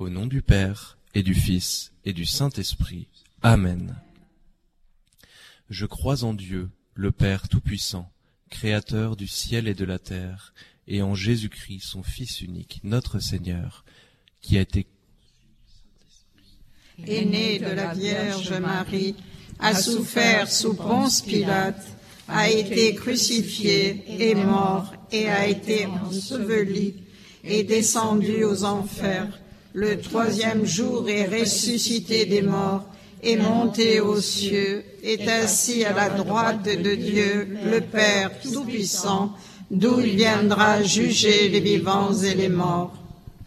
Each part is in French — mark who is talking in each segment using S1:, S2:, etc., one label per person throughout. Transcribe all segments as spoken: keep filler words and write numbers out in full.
S1: Au nom du Père, et du Fils, et du Saint-Esprit. Amen. Je crois en Dieu, le Père Tout-Puissant, Créateur du ciel et de la terre, et en Jésus-Christ, son Fils unique, notre Seigneur, qui a été
S2: est né de la Vierge Marie, a souffert sous Ponce Pilate, a été crucifié, est mort et a été enseveli, est descendu aux enfers. Le troisième jour est ressuscité des morts, est monté aux cieux, est assis à la droite de Dieu, le Père Tout-Puissant, d'où il viendra juger les vivants et les morts.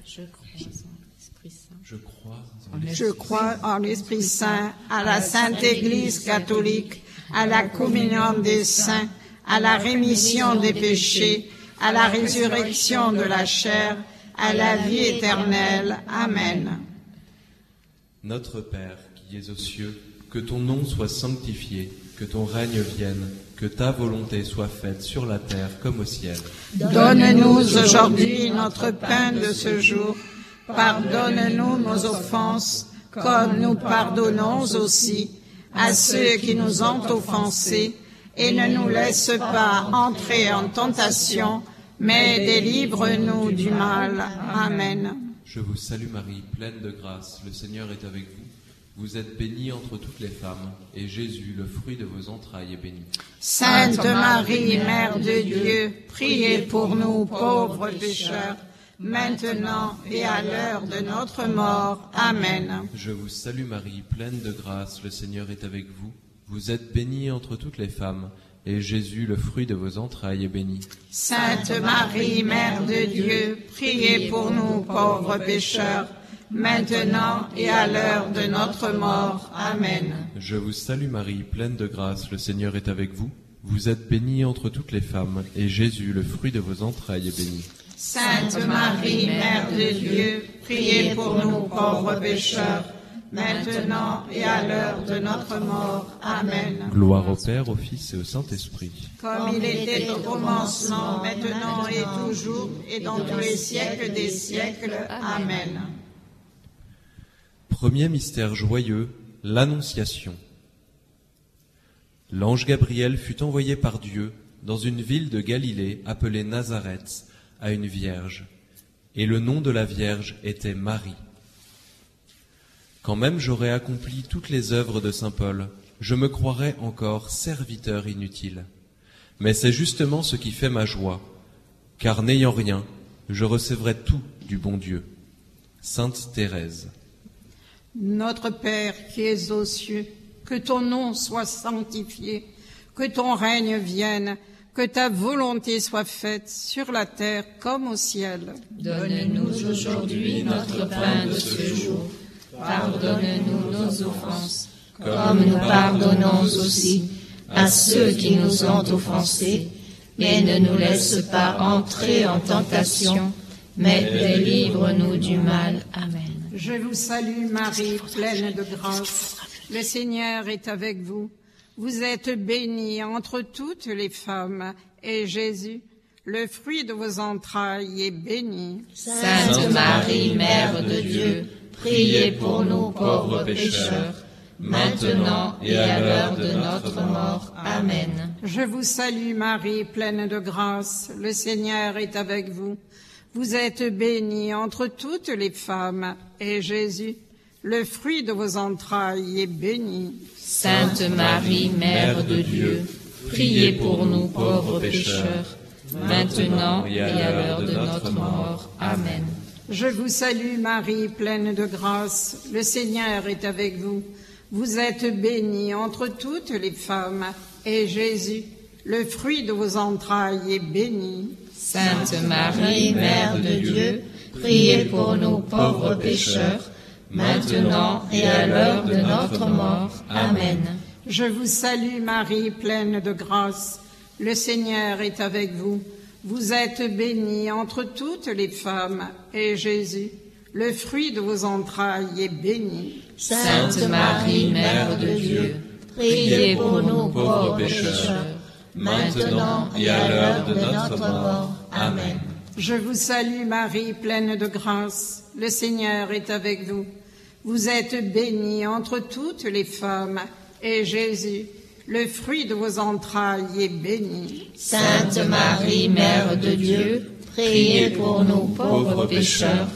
S2: Je crois en l'Esprit Saint, à la Sainte Église catholique, à la communion des saints, à la rémission des péchés, à la résurrection de la chair, à la vie éternelle. Amen.
S1: Notre Père qui es aux cieux, que ton nom soit sanctifié, que ton règne vienne, que ta volonté soit faite sur la terre comme au ciel.
S2: Donne-nous aujourd'hui notre pain de ce jour. Pardonne-nous nos offenses, comme nous pardonnons aussi à ceux qui nous ont offensés, et ne nous laisse pas entrer en tentation, mais délivre-nous du mal. Amen.
S1: Je vous salue Marie, pleine de grâce, le Seigneur est avec vous. Vous êtes bénie entre toutes les femmes, et Jésus, le fruit de vos entrailles, est béni.
S2: Sainte Marie, Mère de Dieu, priez pour nous pauvres pécheurs, maintenant et à l'heure de notre mort. Amen.
S1: Je vous salue Marie, pleine de grâce, le Seigneur est avec vous. Vous êtes bénie entre toutes les femmes, et Jésus, le fruit de vos entrailles, est béni.
S2: Sainte Marie, Mère de Dieu, priez pour nous pauvres pécheurs, maintenant et à l'heure de notre mort. Amen.
S1: Je vous salue Marie, pleine de grâce, le Seigneur est avec vous. Vous êtes bénie entre toutes les femmes, et Jésus, le fruit de vos entrailles, est béni.
S2: Sainte Marie, Mère de Dieu, priez pour nous pauvres pécheurs, maintenant et à l'heure de notre mort. Amen.
S1: Gloire au Père, au Fils et au Saint-Esprit.
S2: Comme il était au commencement, maintenant et toujours, et dans tous les siècles des siècles. Amen.
S1: Premier mystère joyeux, l'Annonciation. L'ange Gabriel fut envoyé par Dieu dans une ville de Galilée appelée Nazareth, à une vierge, et le nom de la vierge était Marie. Quand même j'aurais accompli toutes les œuvres de saint Paul, je me croirais encore serviteur inutile. Mais c'est justement ce qui fait ma joie, car n'ayant rien, je recevrai tout du bon Dieu. Sainte Thérèse.
S2: Notre Père qui es aux cieux, que ton nom soit sanctifié, que ton règne vienne, que ta volonté soit faite sur la terre comme au ciel.
S3: Donne-nous aujourd'hui notre pain de ce jour. Pardonne-nous nos offenses, comme nous pardonnons aussi à ceux qui nous ont offensés. Et ne nous laisse pas entrer en tentation, mais délivre-nous du mal. Amen.
S2: Je vous salue Marie, pleine de grâce. Le Seigneur est avec vous. Vous êtes bénie entre toutes les femmes, et Jésus, le fruit de vos entrailles, est béni.
S3: Sainte Marie, Mère de Dieu, priez pour nous pauvres pécheurs, maintenant et à l'heure de notre mort. Amen.
S2: Je vous salue Marie, pleine de grâce. Le Seigneur est avec vous. Vous êtes bénie entre toutes les femmes, et Jésus, le fruit de vos entrailles, est béni.
S3: Sainte Marie, Mère de Dieu, priez pour nous pauvres pécheurs, maintenant et à l'heure de notre mort. Amen.
S2: Je vous salue Marie, pleine de grâce, le Seigneur est avec vous. Vous êtes bénie entre toutes les femmes, et Jésus, le fruit de vos entrailles, est béni.
S3: Sainte Marie, Mère de Dieu, priez pour nous pauvres pécheurs, maintenant et à l'heure de notre mort. Amen.
S2: Je vous salue Marie, pleine de grâce, le Seigneur est avec vous. Vous êtes bénie entre toutes les femmes, et Jésus, le fruit de vos entrailles, est béni.
S3: Sainte Marie, Mère de Dieu, priez pour nous pauvres pécheurs, maintenant et à l'heure de notre mort. Amen.
S2: Je vous salue Marie, pleine de grâce, le Seigneur est avec vous. Vous êtes bénie entre toutes les femmes, et Jésus, le fruit de vos entrailles, est béni.
S3: Sainte Marie, Mère de Dieu, priez pour nous pauvres pécheurs,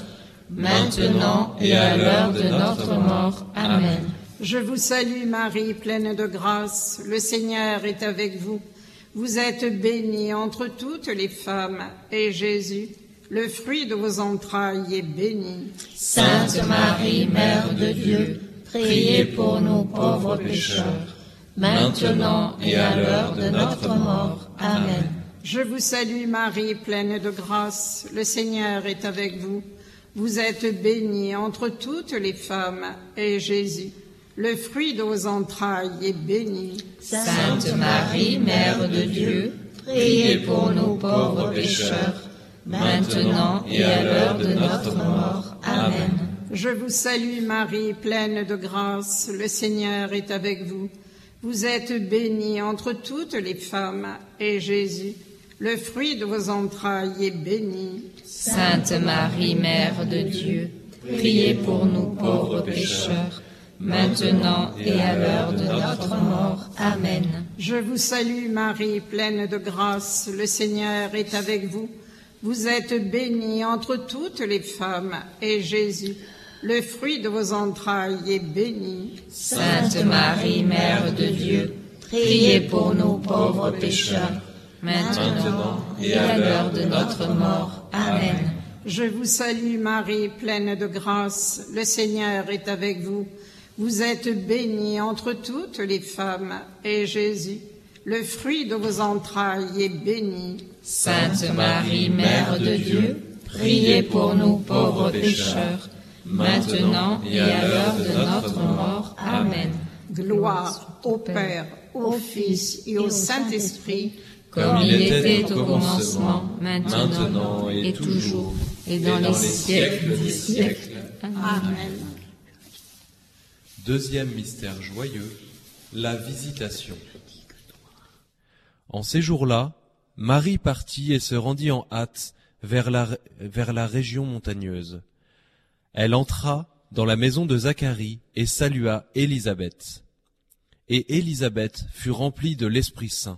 S3: maintenant et à l'heure de notre mort. Amen.
S2: Je vous salue Marie, pleine de grâce, le Seigneur est avec vous. Vous êtes bénie entre toutes les femmes, et Jésus, le fruit de vos entrailles, est béni.
S3: Sainte Marie, Mère de Dieu, priez pour nous pauvres pécheurs, maintenant et à l'heure de notre mort. Amen.
S2: Je vous salue Marie, pleine de grâce, le Seigneur est avec vous. Vous êtes bénie entre toutes les femmes, et Jésus, le fruit de vos entrailles, est béni.
S3: Sainte Marie, Mère de Dieu, priez pour nous pauvres pécheurs, maintenant et à l'heure de notre mort. Amen.
S2: Je vous salue Marie, pleine de grâce, le Seigneur est avec vous. Vous êtes bénie entre toutes les femmes, et Jésus, le fruit de vos entrailles, est béni.
S3: Sainte Marie, Mère de Dieu, priez pour nous pauvres pécheurs, maintenant et à l'heure de notre mort. Amen.
S2: Je vous salue Marie, pleine de grâce, le Seigneur est avec vous. Vous êtes bénie entre toutes les femmes, et Jésus, le fruit de vos entrailles, est béni.
S3: Sainte Marie, Mère de Dieu, priez pour nous pauvres pécheurs, maintenant et à l'heure de notre mort. Amen.
S2: Je vous salue Marie, pleine de grâce, le Seigneur est avec vous. Vous êtes bénie entre toutes les femmes, et Jésus, le fruit de vos entrailles, est béni.
S3: Sainte Marie, Mère de Dieu, priez pour nous pauvres pécheurs, maintenant et à l'heure de notre mort. Amen.
S2: Gloire au Père, au Fils et au Saint-Esprit,
S3: comme il était au commencement, maintenant et toujours, et dans les siècles des siècles.
S2: Amen.
S1: Deuxième mystère joyeux, la visitation. En ces jours-là, Marie partit et se rendit en hâte vers la, vers la région montagneuse. Elle entra dans la maison de Zacharie et salua Élisabeth. Et Élisabeth fut remplie de l'Esprit Saint.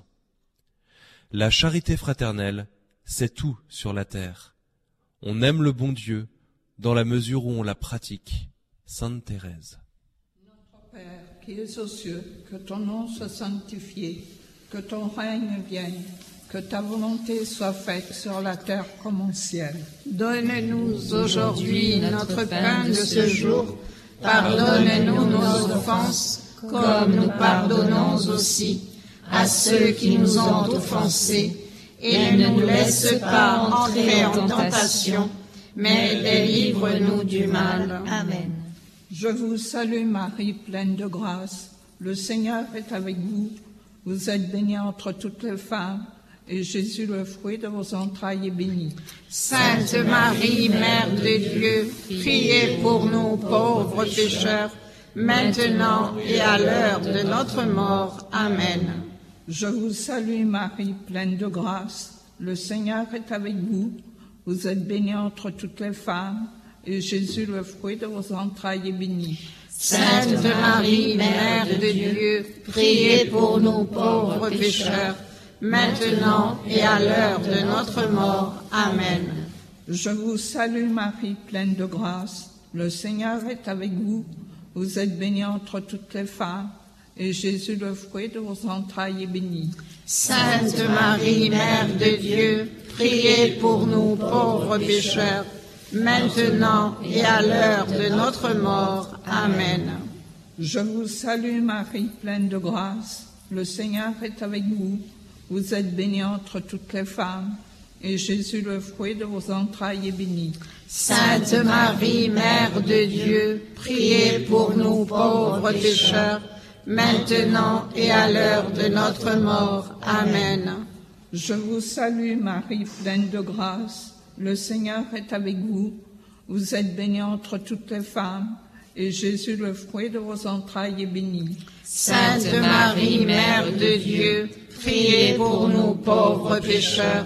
S1: La charité fraternelle, c'est tout sur la terre. On aime le bon Dieu dans la mesure où on la pratique. Sainte Thérèse.
S4: Notre Père qui es aux cieux, que ton nom soit sanctifié, que ton règne vienne, que ta volonté soit faite sur la terre comme au ciel.
S2: Donne-nous aujourd'hui notre pain de ce jour. Pardonne-nous nos offenses, comme nous pardonnons aussi à ceux qui nous ont offensés. Et ne nous laisse pas entrer en tentation, mais délivre-nous du mal.
S3: Amen.
S4: Je vous salue Marie, pleine de grâce. Le Seigneur est avec vous. Vous êtes bénie entre toutes les femmes, et Jésus, le fruit de vos entrailles, est béni.
S2: Sainte Marie, Mère de Dieu, priez pour nous pauvres pécheurs, maintenant et à l'heure de notre mort. Amen.
S4: Je vous salue Marie, pleine de grâce. Le Seigneur est avec vous. Vous êtes bénie entre toutes les femmes, et Jésus, le fruit de vos entrailles, est béni.
S2: Sainte Marie, Mère de Dieu, priez pour nous pauvres pécheurs, maintenant et à l'heure de notre mort. Amen.
S4: Je vous salue Marie, pleine de grâce. Le Seigneur est avec vous. Vous êtes bénie entre toutes les femmes, et Jésus, le fruit de vos entrailles, est béni.
S2: Sainte Marie, Mère de Dieu, priez pour nous pauvres pécheurs, maintenant et à l'heure de notre mort. Amen.
S4: Je vous salue Marie, pleine de grâce. Le Seigneur est avec vous. Vous êtes bénie entre toutes les femmes, et Jésus, le fruit de vos entrailles, est béni.
S2: Sainte Marie, Mère de Dieu, priez pour nous pauvres pécheurs, maintenant et à l'heure de notre mort. Amen.
S4: Je vous salue Marie, pleine de grâce. Le Seigneur est avec vous. Vous êtes bénie entre toutes les femmes, et Jésus, le fruit de vos entrailles, est béni.
S2: Sainte Marie, Mère de Dieu, priez pour nous pauvres pécheurs,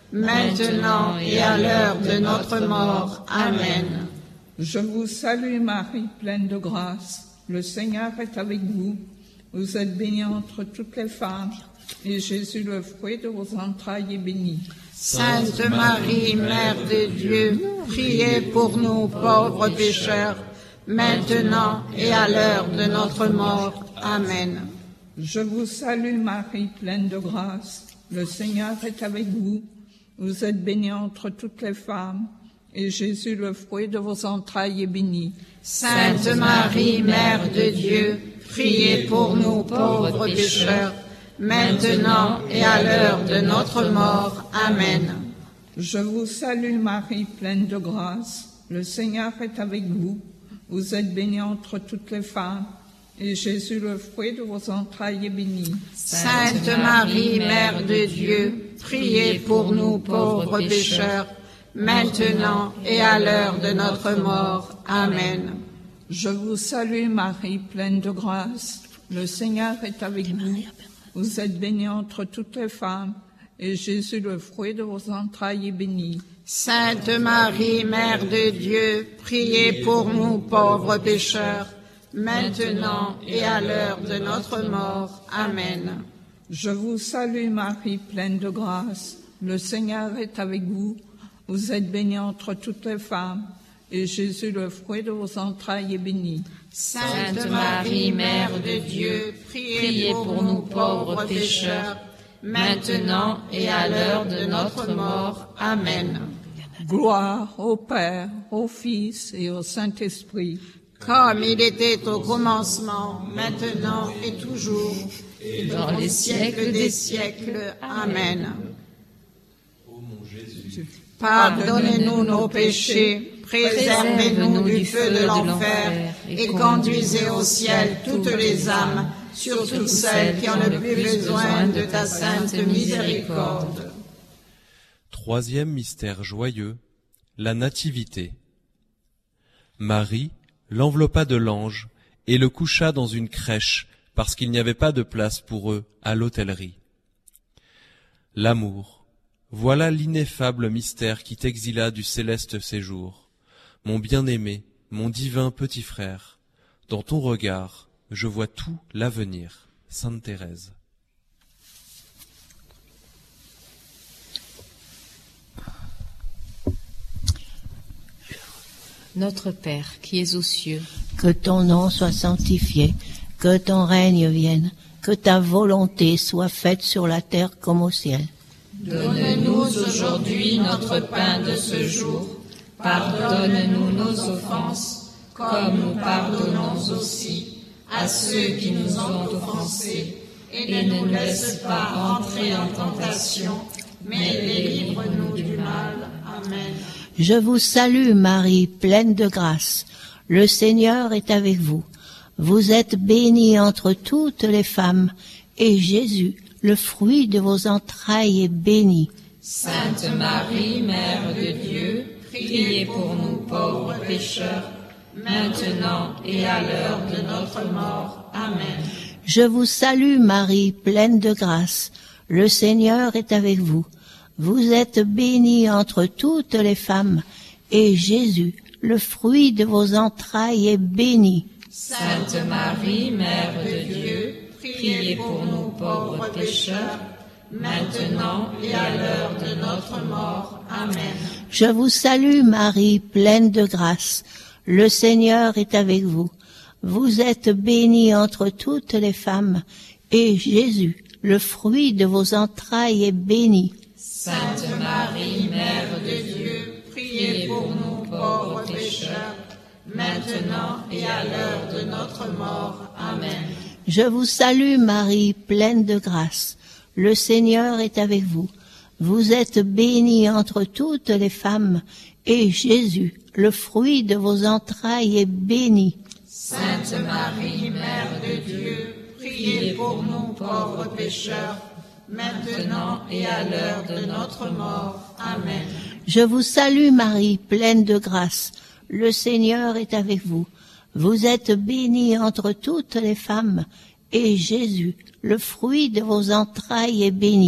S2: maintenant et à l'heure de notre mort. Amen.
S4: Je vous salue Marie, pleine de grâce. Le Seigneur est avec vous. Vous êtes bénie entre toutes les femmes, et Jésus, le fruit de vos entrailles, est béni.
S2: Sainte Marie, Mère de Dieu, priez pour nous pauvres pécheurs, maintenant et à l'heure de notre mort. Amen.
S4: Je vous salue Marie, pleine de grâce. Le Seigneur est avec vous. Vous êtes bénie entre toutes les femmes, et Jésus, le fruit de vos entrailles, est béni.
S2: Sainte Marie, Mère de Dieu, priez pour nous pauvres pécheurs, maintenant et à l'heure de notre mort. Amen.
S4: Je vous salue Marie, pleine de grâce. Le Seigneur est avec vous. Vous êtes bénie entre toutes les femmes, et Jésus, le fruit de vos entrailles, est béni.
S2: Sainte Marie, Mère de Dieu, priez pour nous pauvres pécheurs, maintenant et à l'heure de notre mort. Amen.
S4: Je vous salue Marie, pleine de grâce. Le Seigneur est avec vous. Vous êtes bénie entre toutes les femmes, et Jésus, le fruit de vos entrailles, est béni.
S2: Sainte Marie, Mère de Dieu, priez pour nous pauvres pécheurs, maintenant et à l'heure de notre mort. Amen.
S4: Je vous salue Marie, pleine de grâce. Le Seigneur est avec vous. Vous êtes bénie entre toutes les femmes, et Jésus, le fruit de vos entrailles, est béni.
S2: Sainte Marie, Mère de Dieu, priez pour nous pauvres pécheurs, maintenant et à l'heure de notre mort. Amen.
S4: Gloire au Père, au Fils et au Saint-Esprit,
S2: comme il était au commencement, maintenant et toujours, et dans les siècles des siècles. Amen. Pardonnez-nous nos péchés, préservez-nous du feu de l'enfer, et conduisez au ciel toutes les âmes, surtout celles qui ont le plus besoin de ta sainte miséricorde.
S1: Troisième mystère joyeux, la Nativité. Marie l'enveloppa de l'ange et le coucha dans une crèche parce qu'il n'y avait pas de place pour eux à l'hôtellerie. L'amour, voilà l'ineffable mystère qui t'exila du céleste séjour. Mon bien-aimé, mon divin petit frère, dans ton regard, je vois tout l'avenir. Sainte Thérèse.
S3: Notre Père qui es aux cieux,
S5: que ton nom soit sanctifié, que ton règne vienne, que ta volonté soit faite sur la terre comme au ciel.
S3: Donne-nous aujourd'hui notre pain de ce jour. Pardonne-nous nos offenses, comme nous pardonnons aussi à ceux qui nous ont offensés. Et ne nous laisse pas entrer en tentation, mais délivre-nous du mal. Amen.
S5: Je vous salue Marie, pleine de grâce. Le Seigneur est avec vous. Vous êtes bénie entre toutes les femmes, et Jésus, le fruit de vos entrailles, est béni.
S3: Sainte Marie, Mère de Dieu, priez pour nous pauvres pécheurs, maintenant et à l'heure de notre mort. Amen.
S5: Je vous salue Marie, pleine de grâce. Le Seigneur est avec vous. Vous êtes bénie entre toutes les femmes, et Jésus, le fruit de vos entrailles, est béni.
S3: Sainte Marie, Mère de Dieu, priez pour nous pauvres pécheurs, maintenant et à l'heure de notre mort. Amen.
S5: Je vous salue Marie, pleine de grâce. Le Seigneur est avec vous. Vous êtes bénie entre toutes les femmes, et Jésus, le fruit de vos entrailles, est béni.
S3: Sainte Marie, Mère de Dieu, priez pour nous pauvres pécheurs, maintenant et à l'heure de notre mort. Amen.
S5: Je vous salue Marie, pleine de grâce. Le Seigneur est avec vous. Vous êtes bénie entre toutes les femmes, et Jésus, le fruit de vos entrailles, est béni.
S2: Sainte Marie, Mère de Dieu, priez pour nous pauvres pécheurs, maintenant et à l'heure de notre mort. Amen.
S5: Je vous salue Marie, pleine de grâce. Le Seigneur est avec vous. Vous êtes bénie entre toutes les femmes, et Jésus, le fruit de vos entrailles, est béni.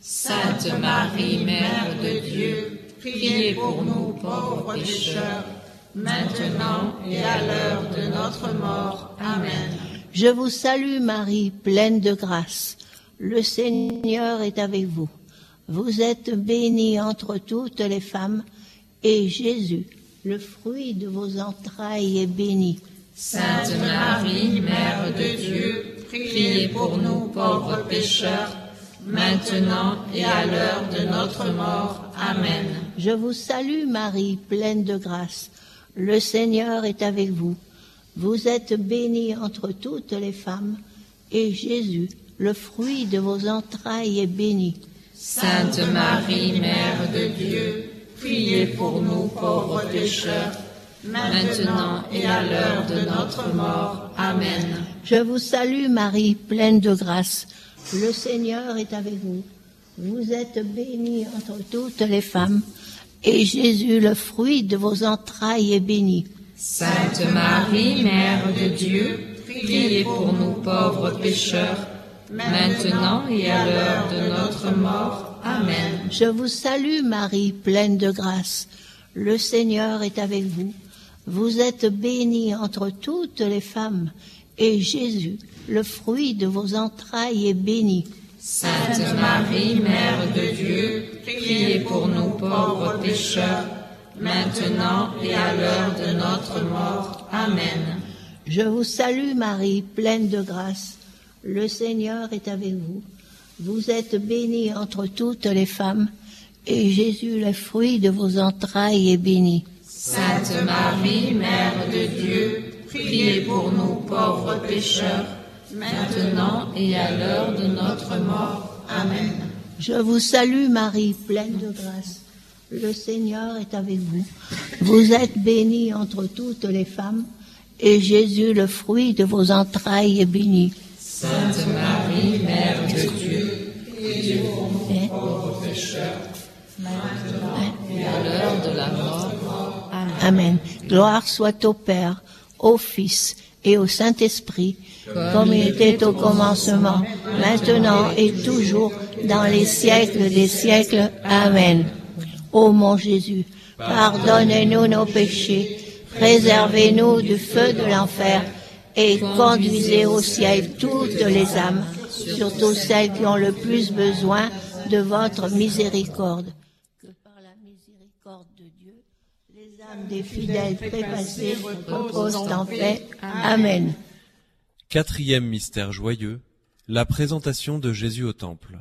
S3: Sainte Marie, Mère de Dieu, priez pour nous pauvres pécheurs, maintenant et à l'heure de notre mort. Amen.
S5: Je vous salue Marie, pleine de grâce. Le Seigneur est avec vous. Vous êtes bénie entre toutes les femmes, et Jésus, le fruit de vos entrailles, est béni.
S3: Sainte Marie, Mère de Dieu, priez pour nous pauvres pécheurs, maintenant et à l'heure de notre mort. Amen.
S5: Je vous salue Marie, pleine de grâce. Le Seigneur est avec vous. Vous êtes bénie entre toutes les femmes, et Jésus, le fruit de vos entrailles, est béni.
S3: Sainte Marie, Mère de Dieu, priez pour nous pauvres pécheurs, maintenant et à l'heure de notre mort. Amen.
S5: Je vous salue Marie, pleine de grâce. Le Seigneur est avec vous. Vous êtes bénie entre toutes les femmes, et Jésus, le fruit de vos entrailles, est béni.
S3: Sainte Marie, Mère de Dieu, priez pour nous pauvres pécheurs, maintenant et à l'heure de notre mort. Amen.
S5: Je vous salue Marie, pleine de grâce. Le Seigneur est avec vous. Vous êtes bénie entre toutes les femmes, et Jésus, le fruit de vos entrailles, est béni.
S3: Sainte Marie, Mère de Dieu, priez pour nous pauvres pécheurs, maintenant et à l'heure de notre mort. Amen.
S5: Je vous salue Marie, pleine de grâce. Le Seigneur est avec vous. Vous êtes bénie entre toutes les femmes, et Jésus, le fruit de vos entrailles, est béni.
S3: Sainte Marie, Mère de Dieu, priez pour nous pauvres pécheurs, maintenant et à l'heure de notre mort. Amen.
S5: Je vous salue Marie, pleine de grâce. Le Seigneur est avec vous. Vous êtes bénie entre toutes les femmes, et Jésus, le fruit de vos entrailles, est béni.
S3: Sainte Marie, Mère de Dieu, priez pour nous pauvres pécheurs, maintenant et à l'heure de la mort. Amen.
S5: Amen. Gloire soit au Père, au Fils et au Saint-Esprit, comme, comme il était au commencement, maintenant et toujours, dans les siècles des siècles. Amen. Ô mon Jésus, pardonnez-nous nos péchés, préservez-nous du feu de l'enfer, et conduisez au ciel toutes les âmes, surtout celles qui ont le plus besoin de votre miséricorde. Que par la miséricorde de Dieu, les âmes des fidèles trépassés reposent en paix. Amen.
S1: Quatrième mystère joyeux, la présentation de Jésus au temple.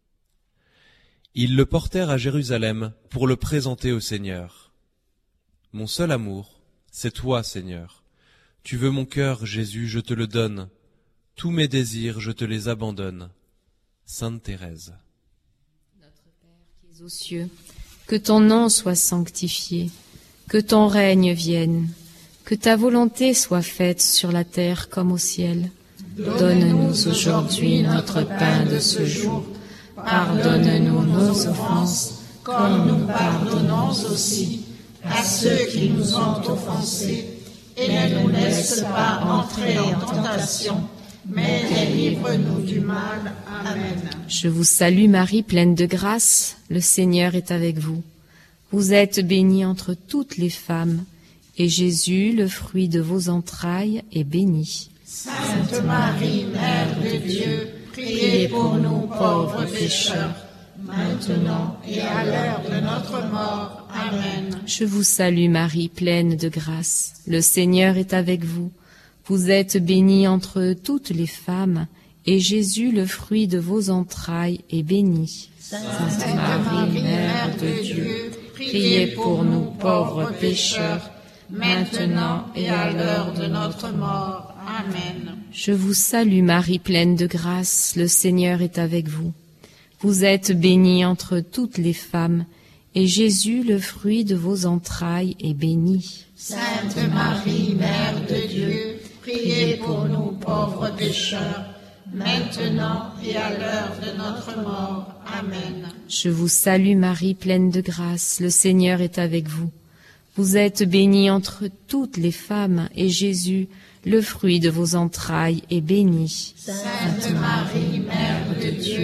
S1: Ils le portèrent à Jérusalem pour le présenter au Seigneur. Mon seul amour, c'est toi, Seigneur. Tu veux mon cœur, Jésus, je te le donne. Tous mes désirs, je te les abandonne. Sainte Thérèse.
S3: Notre Père qui es aux cieux, que ton nom soit sanctifié, que ton règne vienne, que ta volonté soit faite sur la terre comme au ciel. Donne-nous aujourd'hui notre pain de ce jour. Pardonne-nous nos offenses, comme nous pardonnons aussi à ceux qui nous ont offensés. Et ne nous laisse pas entrer en tentation, mais délivre-nous du mal. Amen. Je vous salue Marie, pleine de grâce, le Seigneur est avec vous. Vous êtes bénie entre toutes les femmes, et Jésus, le fruit de vos entrailles, est béni.
S2: Sainte Marie, Mère de Dieu, priez pour nous pauvres pécheurs, maintenant et à l'heure de notre mort. Amen.
S3: Je vous salue Marie, pleine de grâce. Le Seigneur est avec vous. Vous êtes bénie entre toutes les femmes, et Jésus, le fruit de vos entrailles, est béni.
S2: Sainte Marie, Mère de Dieu, priez pour nous pauvres pécheurs, maintenant et à l'heure de notre mort. Amen.
S3: Je vous salue Marie, pleine de grâce. Le Seigneur est avec vous. Vous êtes bénie entre toutes les femmes, et Jésus, le fruit de vos entrailles, est béni.
S2: Sainte Marie, Mère de Dieu, priez pour nous pauvres pécheurs, maintenant et à l'heure de notre mort. Amen.
S3: Je vous salue Marie, pleine de grâce. Le Seigneur est avec vous. Vous êtes bénie entre toutes les femmes, et Jésus, le fruit de vos entrailles, est béni.
S2: Sainte Marie, Mère de Dieu,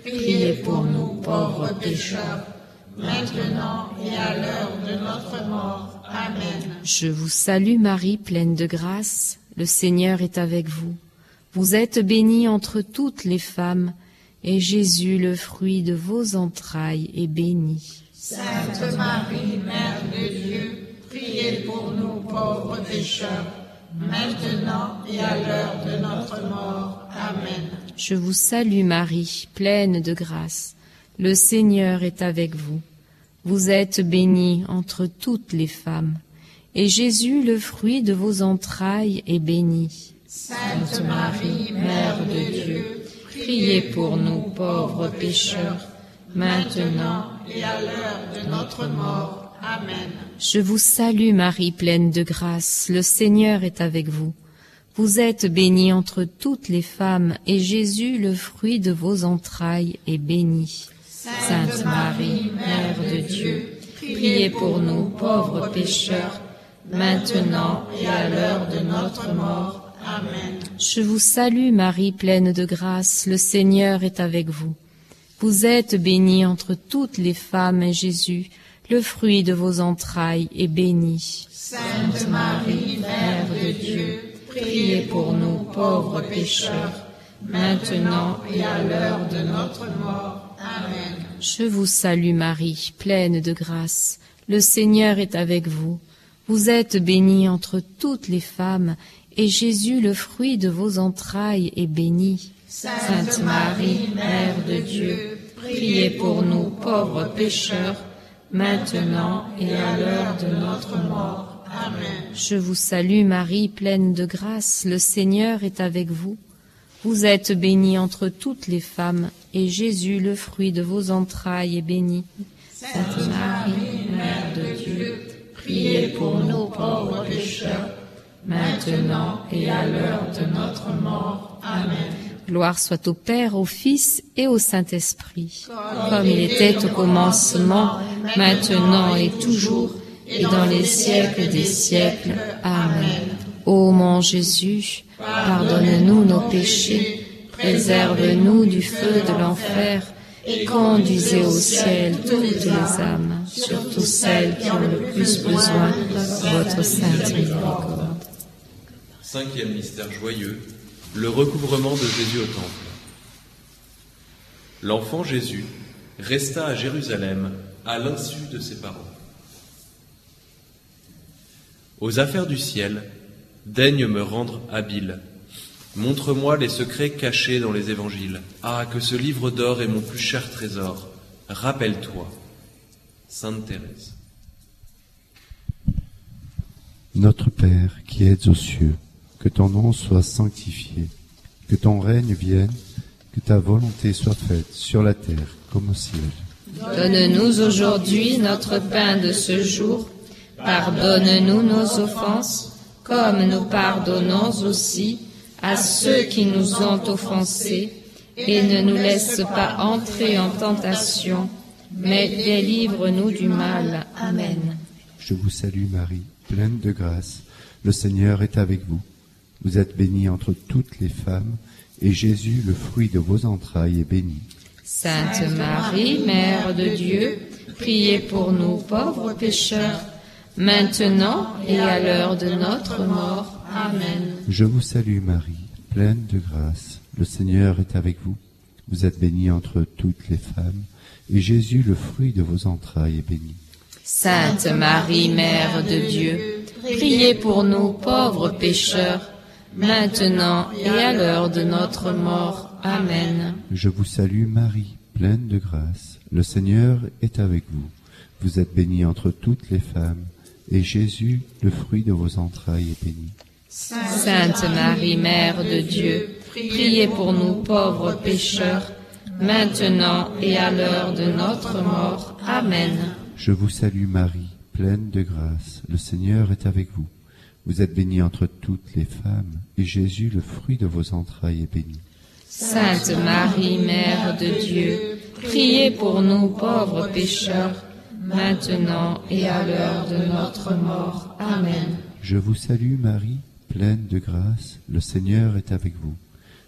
S3: priez pour nous pauvres pécheurs,
S2: maintenant et à l'heure de notre mort. Amen.
S3: Je vous salue Marie, pleine de grâce, le Seigneur est avec vous. Vous êtes bénie entre toutes les femmes, et Jésus, le fruit de vos entrailles, est béni.
S2: Sainte Marie, Mère de Dieu, priez pour nous pauvres pécheurs, maintenant et à l'heure de notre mort. Amen.
S3: Je vous salue Marie, pleine de grâce, le Seigneur est avec vous. Vous êtes bénie entre toutes les femmes, et Jésus, le fruit de vos entrailles, est béni.
S2: Sainte Marie, Mère de Dieu,
S3: priez pour nous pauvres pécheurs, maintenant
S2: et à l'heure de notre mort. Amen.
S3: Je vous salue Marie, pleine de grâce, le Seigneur est avec vous. Vous êtes bénie entre toutes les femmes, et Jésus, le fruit de vos entrailles, est béni. Sainte Marie, Mère de Dieu, priez pour nous pauvres pécheurs, maintenant et à l'heure de notre mort.
S2: Amen.
S3: Je vous salue Marie, pleine de grâce, le Seigneur est avec vous. Vous êtes bénie entre toutes les femmes, et Jésus, le fruit de vos entrailles, est béni.
S2: Sainte Marie, Mère de Dieu,
S3: priez pour nous pauvres pécheurs, maintenant et à l'heure de notre mort.
S2: Amen.
S3: Je vous salue Marie, pleine de grâce, le Seigneur est avec vous. Vous êtes bénie entre toutes les femmes, et Jésus, le fruit de vos entrailles, est béni.
S2: Sainte Marie, Mère de Dieu,
S3: priez pour nous pauvres pécheurs, maintenant et à l'heure de notre mort.
S2: Amen.
S3: Je vous salue Marie, pleine de grâce, le Seigneur est avec vous. Vous êtes bénie entre toutes les femmes, et Jésus, le fruit de vos entrailles, est béni.
S2: Sainte Marie, Mère de Dieu, priez pour nous pauvres pécheurs, maintenant et à l'heure de notre mort. Amen.
S3: Gloire soit au Père, au Fils et au Saint-Esprit, comme il était au commencement, maintenant et toujours, et dans les siècles des siècles. Amen. Ô mon Jésus, pardonne-nous nos péchés, préserve-nous du feu de l'enfer, et conduisez au ciel toutes les âmes, surtout celles qui ont le plus besoin de votre sainte miséricorde.
S1: Cinquième mystère joyeux, le recouvrement de Jésus au temple. L'enfant Jésus resta à Jérusalem à l'insu de ses parents. Aux affaires du ciel, daigne me rendre habile. Montre-moi les secrets cachés dans les évangiles. Ah, que ce livre d'or est mon plus cher trésor. Rappelle-toi. Sainte Thérèse.
S6: Notre Père qui es aux cieux, que ton nom soit sanctifié, que ton règne vienne, que ta volonté soit faite sur la terre comme au ciel.
S3: Donne-nous aujourd'hui notre pain de ce jour. Pardonne-nous nos offenses, comme nous pardonnons aussi à ceux qui nous ont offensés, et ne nous laisse pas entrer en tentation, mais délivre-nous du mal. Amen.
S6: Je vous salue Marie, pleine de grâce, le Seigneur est avec vous. Vous êtes bénie entre toutes les femmes, et Jésus, le fruit de vos entrailles, est béni.
S3: Sainte Marie, Mère de Dieu, priez pour nous pauvres pécheurs, maintenant et à l'heure de notre mort. Amen.
S6: Je vous salue Marie, pleine de grâce, le Seigneur est avec vous. Vous êtes bénie entre toutes les femmes, et Jésus, le fruit de vos entrailles, est béni.
S3: Sainte Marie, Mère de Dieu, priez pour nous pauvres pécheurs, maintenant et à l'heure de notre mort. Amen.
S6: Je vous salue Marie, pleine de grâce, le Seigneur est avec vous. Vous êtes bénie entre toutes les femmes, et Jésus, le fruit de vos entrailles, est béni.
S3: Sainte Marie, Mère de Dieu, priez pour nous pauvres pécheurs, maintenant et à l'heure de notre mort. Amen.
S6: Je vous salue Marie, pleine de grâce, le Seigneur est avec vous. Vous êtes bénie entre toutes les femmes, et Jésus, le fruit de vos entrailles, est béni.
S3: Sainte Marie, Mère de Dieu, priez pour nous pauvres pécheurs, maintenant et à l'heure de notre mort. Amen.
S6: Je vous salue Marie, pleine de grâce, le Seigneur est avec vous.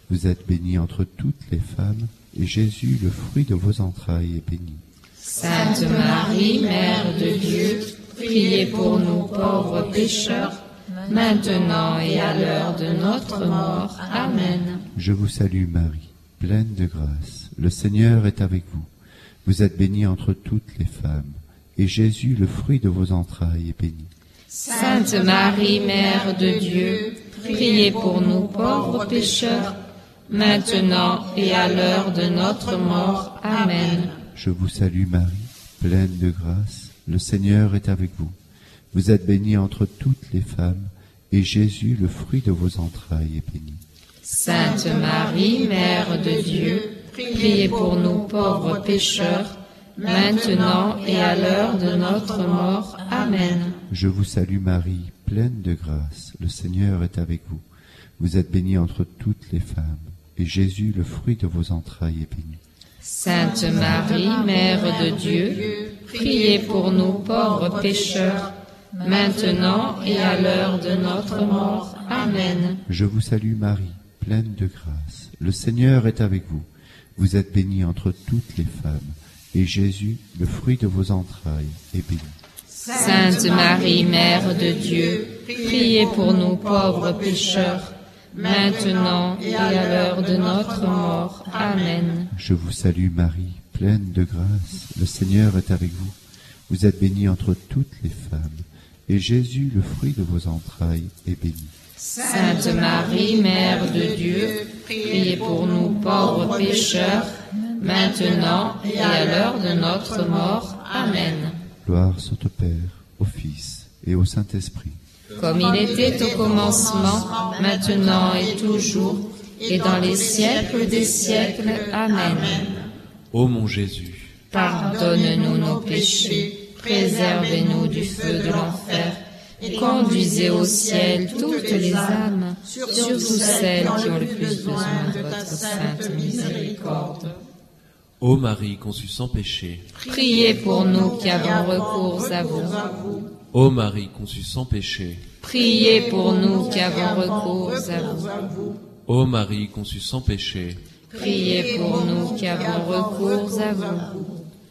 S6: Vous êtes bénie entre toutes les femmes, et Jésus, le fruit de vos entrailles, est béni.
S3: Sainte Marie, Mère de Dieu, priez pour nous pauvres pécheurs, maintenant et à l'heure de notre mort. Amen.
S6: Je vous salue Marie, pleine de grâce. Le Seigneur est avec vous. Vous êtes bénie entre toutes les femmes, et Jésus, le fruit de vos entrailles, est béni.
S3: Sainte Marie, Mère de Dieu, priez pour nous pauvres pécheurs, maintenant et à l'heure de notre mort. Amen.
S6: Je vous salue Marie, pleine de grâce. Le Seigneur est avec vous. Vous êtes bénie entre toutes les femmes, et Jésus, le fruit de vos entrailles, est béni.
S3: Sainte Marie, Mère de Dieu, priez pour nous pauvres pécheurs, maintenant et à l'heure de notre mort. Amen.
S6: Je vous salue Marie, pleine de grâce. Le Seigneur est avec vous. Vous êtes bénie entre toutes les femmes, et Jésus, le fruit de vos entrailles, est béni.
S3: Sainte Marie, Mère de Dieu, priez pour nous pauvres pécheurs, maintenant et à l'heure de notre mort. Amen.
S6: Je vous salue Marie, pleine de grâce. Le Seigneur est avec vous. Vous êtes bénie entre toutes les femmes, et Jésus, le fruit de vos entrailles, est béni.
S3: Sainte Marie, Mère de Dieu, priez pour nous pauvres pécheurs, maintenant et à l'heure de notre mort. Amen.
S6: Je vous salue Marie, pleine de grâce. Le Seigneur est avec vous. Vous êtes bénie entre toutes les femmes, et Jésus, le fruit de vos entrailles, est béni.
S3: Sainte Marie, Mère de Dieu, priez pour nous pauvres pécheurs, maintenant et à l'heure de notre mort. Amen.
S6: Gloire soit au Père, au Fils et au Saint-Esprit.
S3: Comme il était au commencement, maintenant et toujours, et dans les siècles des siècles. Amen.
S1: Ô mon Jésus,
S3: pardonne-nous nos péchés, préservez-nous du feu de l'enfer, et conduisez au ciel toutes les âmes, surtout celles qui ont le plus besoin de votre sainte miséricorde.
S1: Ô Marie conçue sans péché,
S3: priez pour nous qui avons recours à vous.
S1: Ô Marie conçue sans péché,
S3: priez pour nous qui avons recours à vous.
S1: Ô Marie conçue sans péché,
S3: priez pour nous qui avons recours à vous.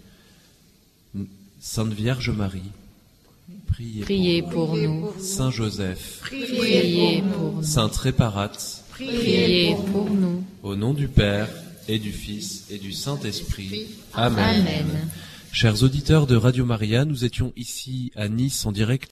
S1: Sainte Vierge Marie, priez,
S3: priez pour nous.
S1: Saint Joseph,
S3: priez pour nous.
S1: Sainte Réparate,
S3: priez pour nous.
S1: Au nom du Père et du Fils et du Saint-Esprit. Amen.
S3: Amen.
S1: Chers auditeurs de Radio Maria, nous étions ici à Nice en direct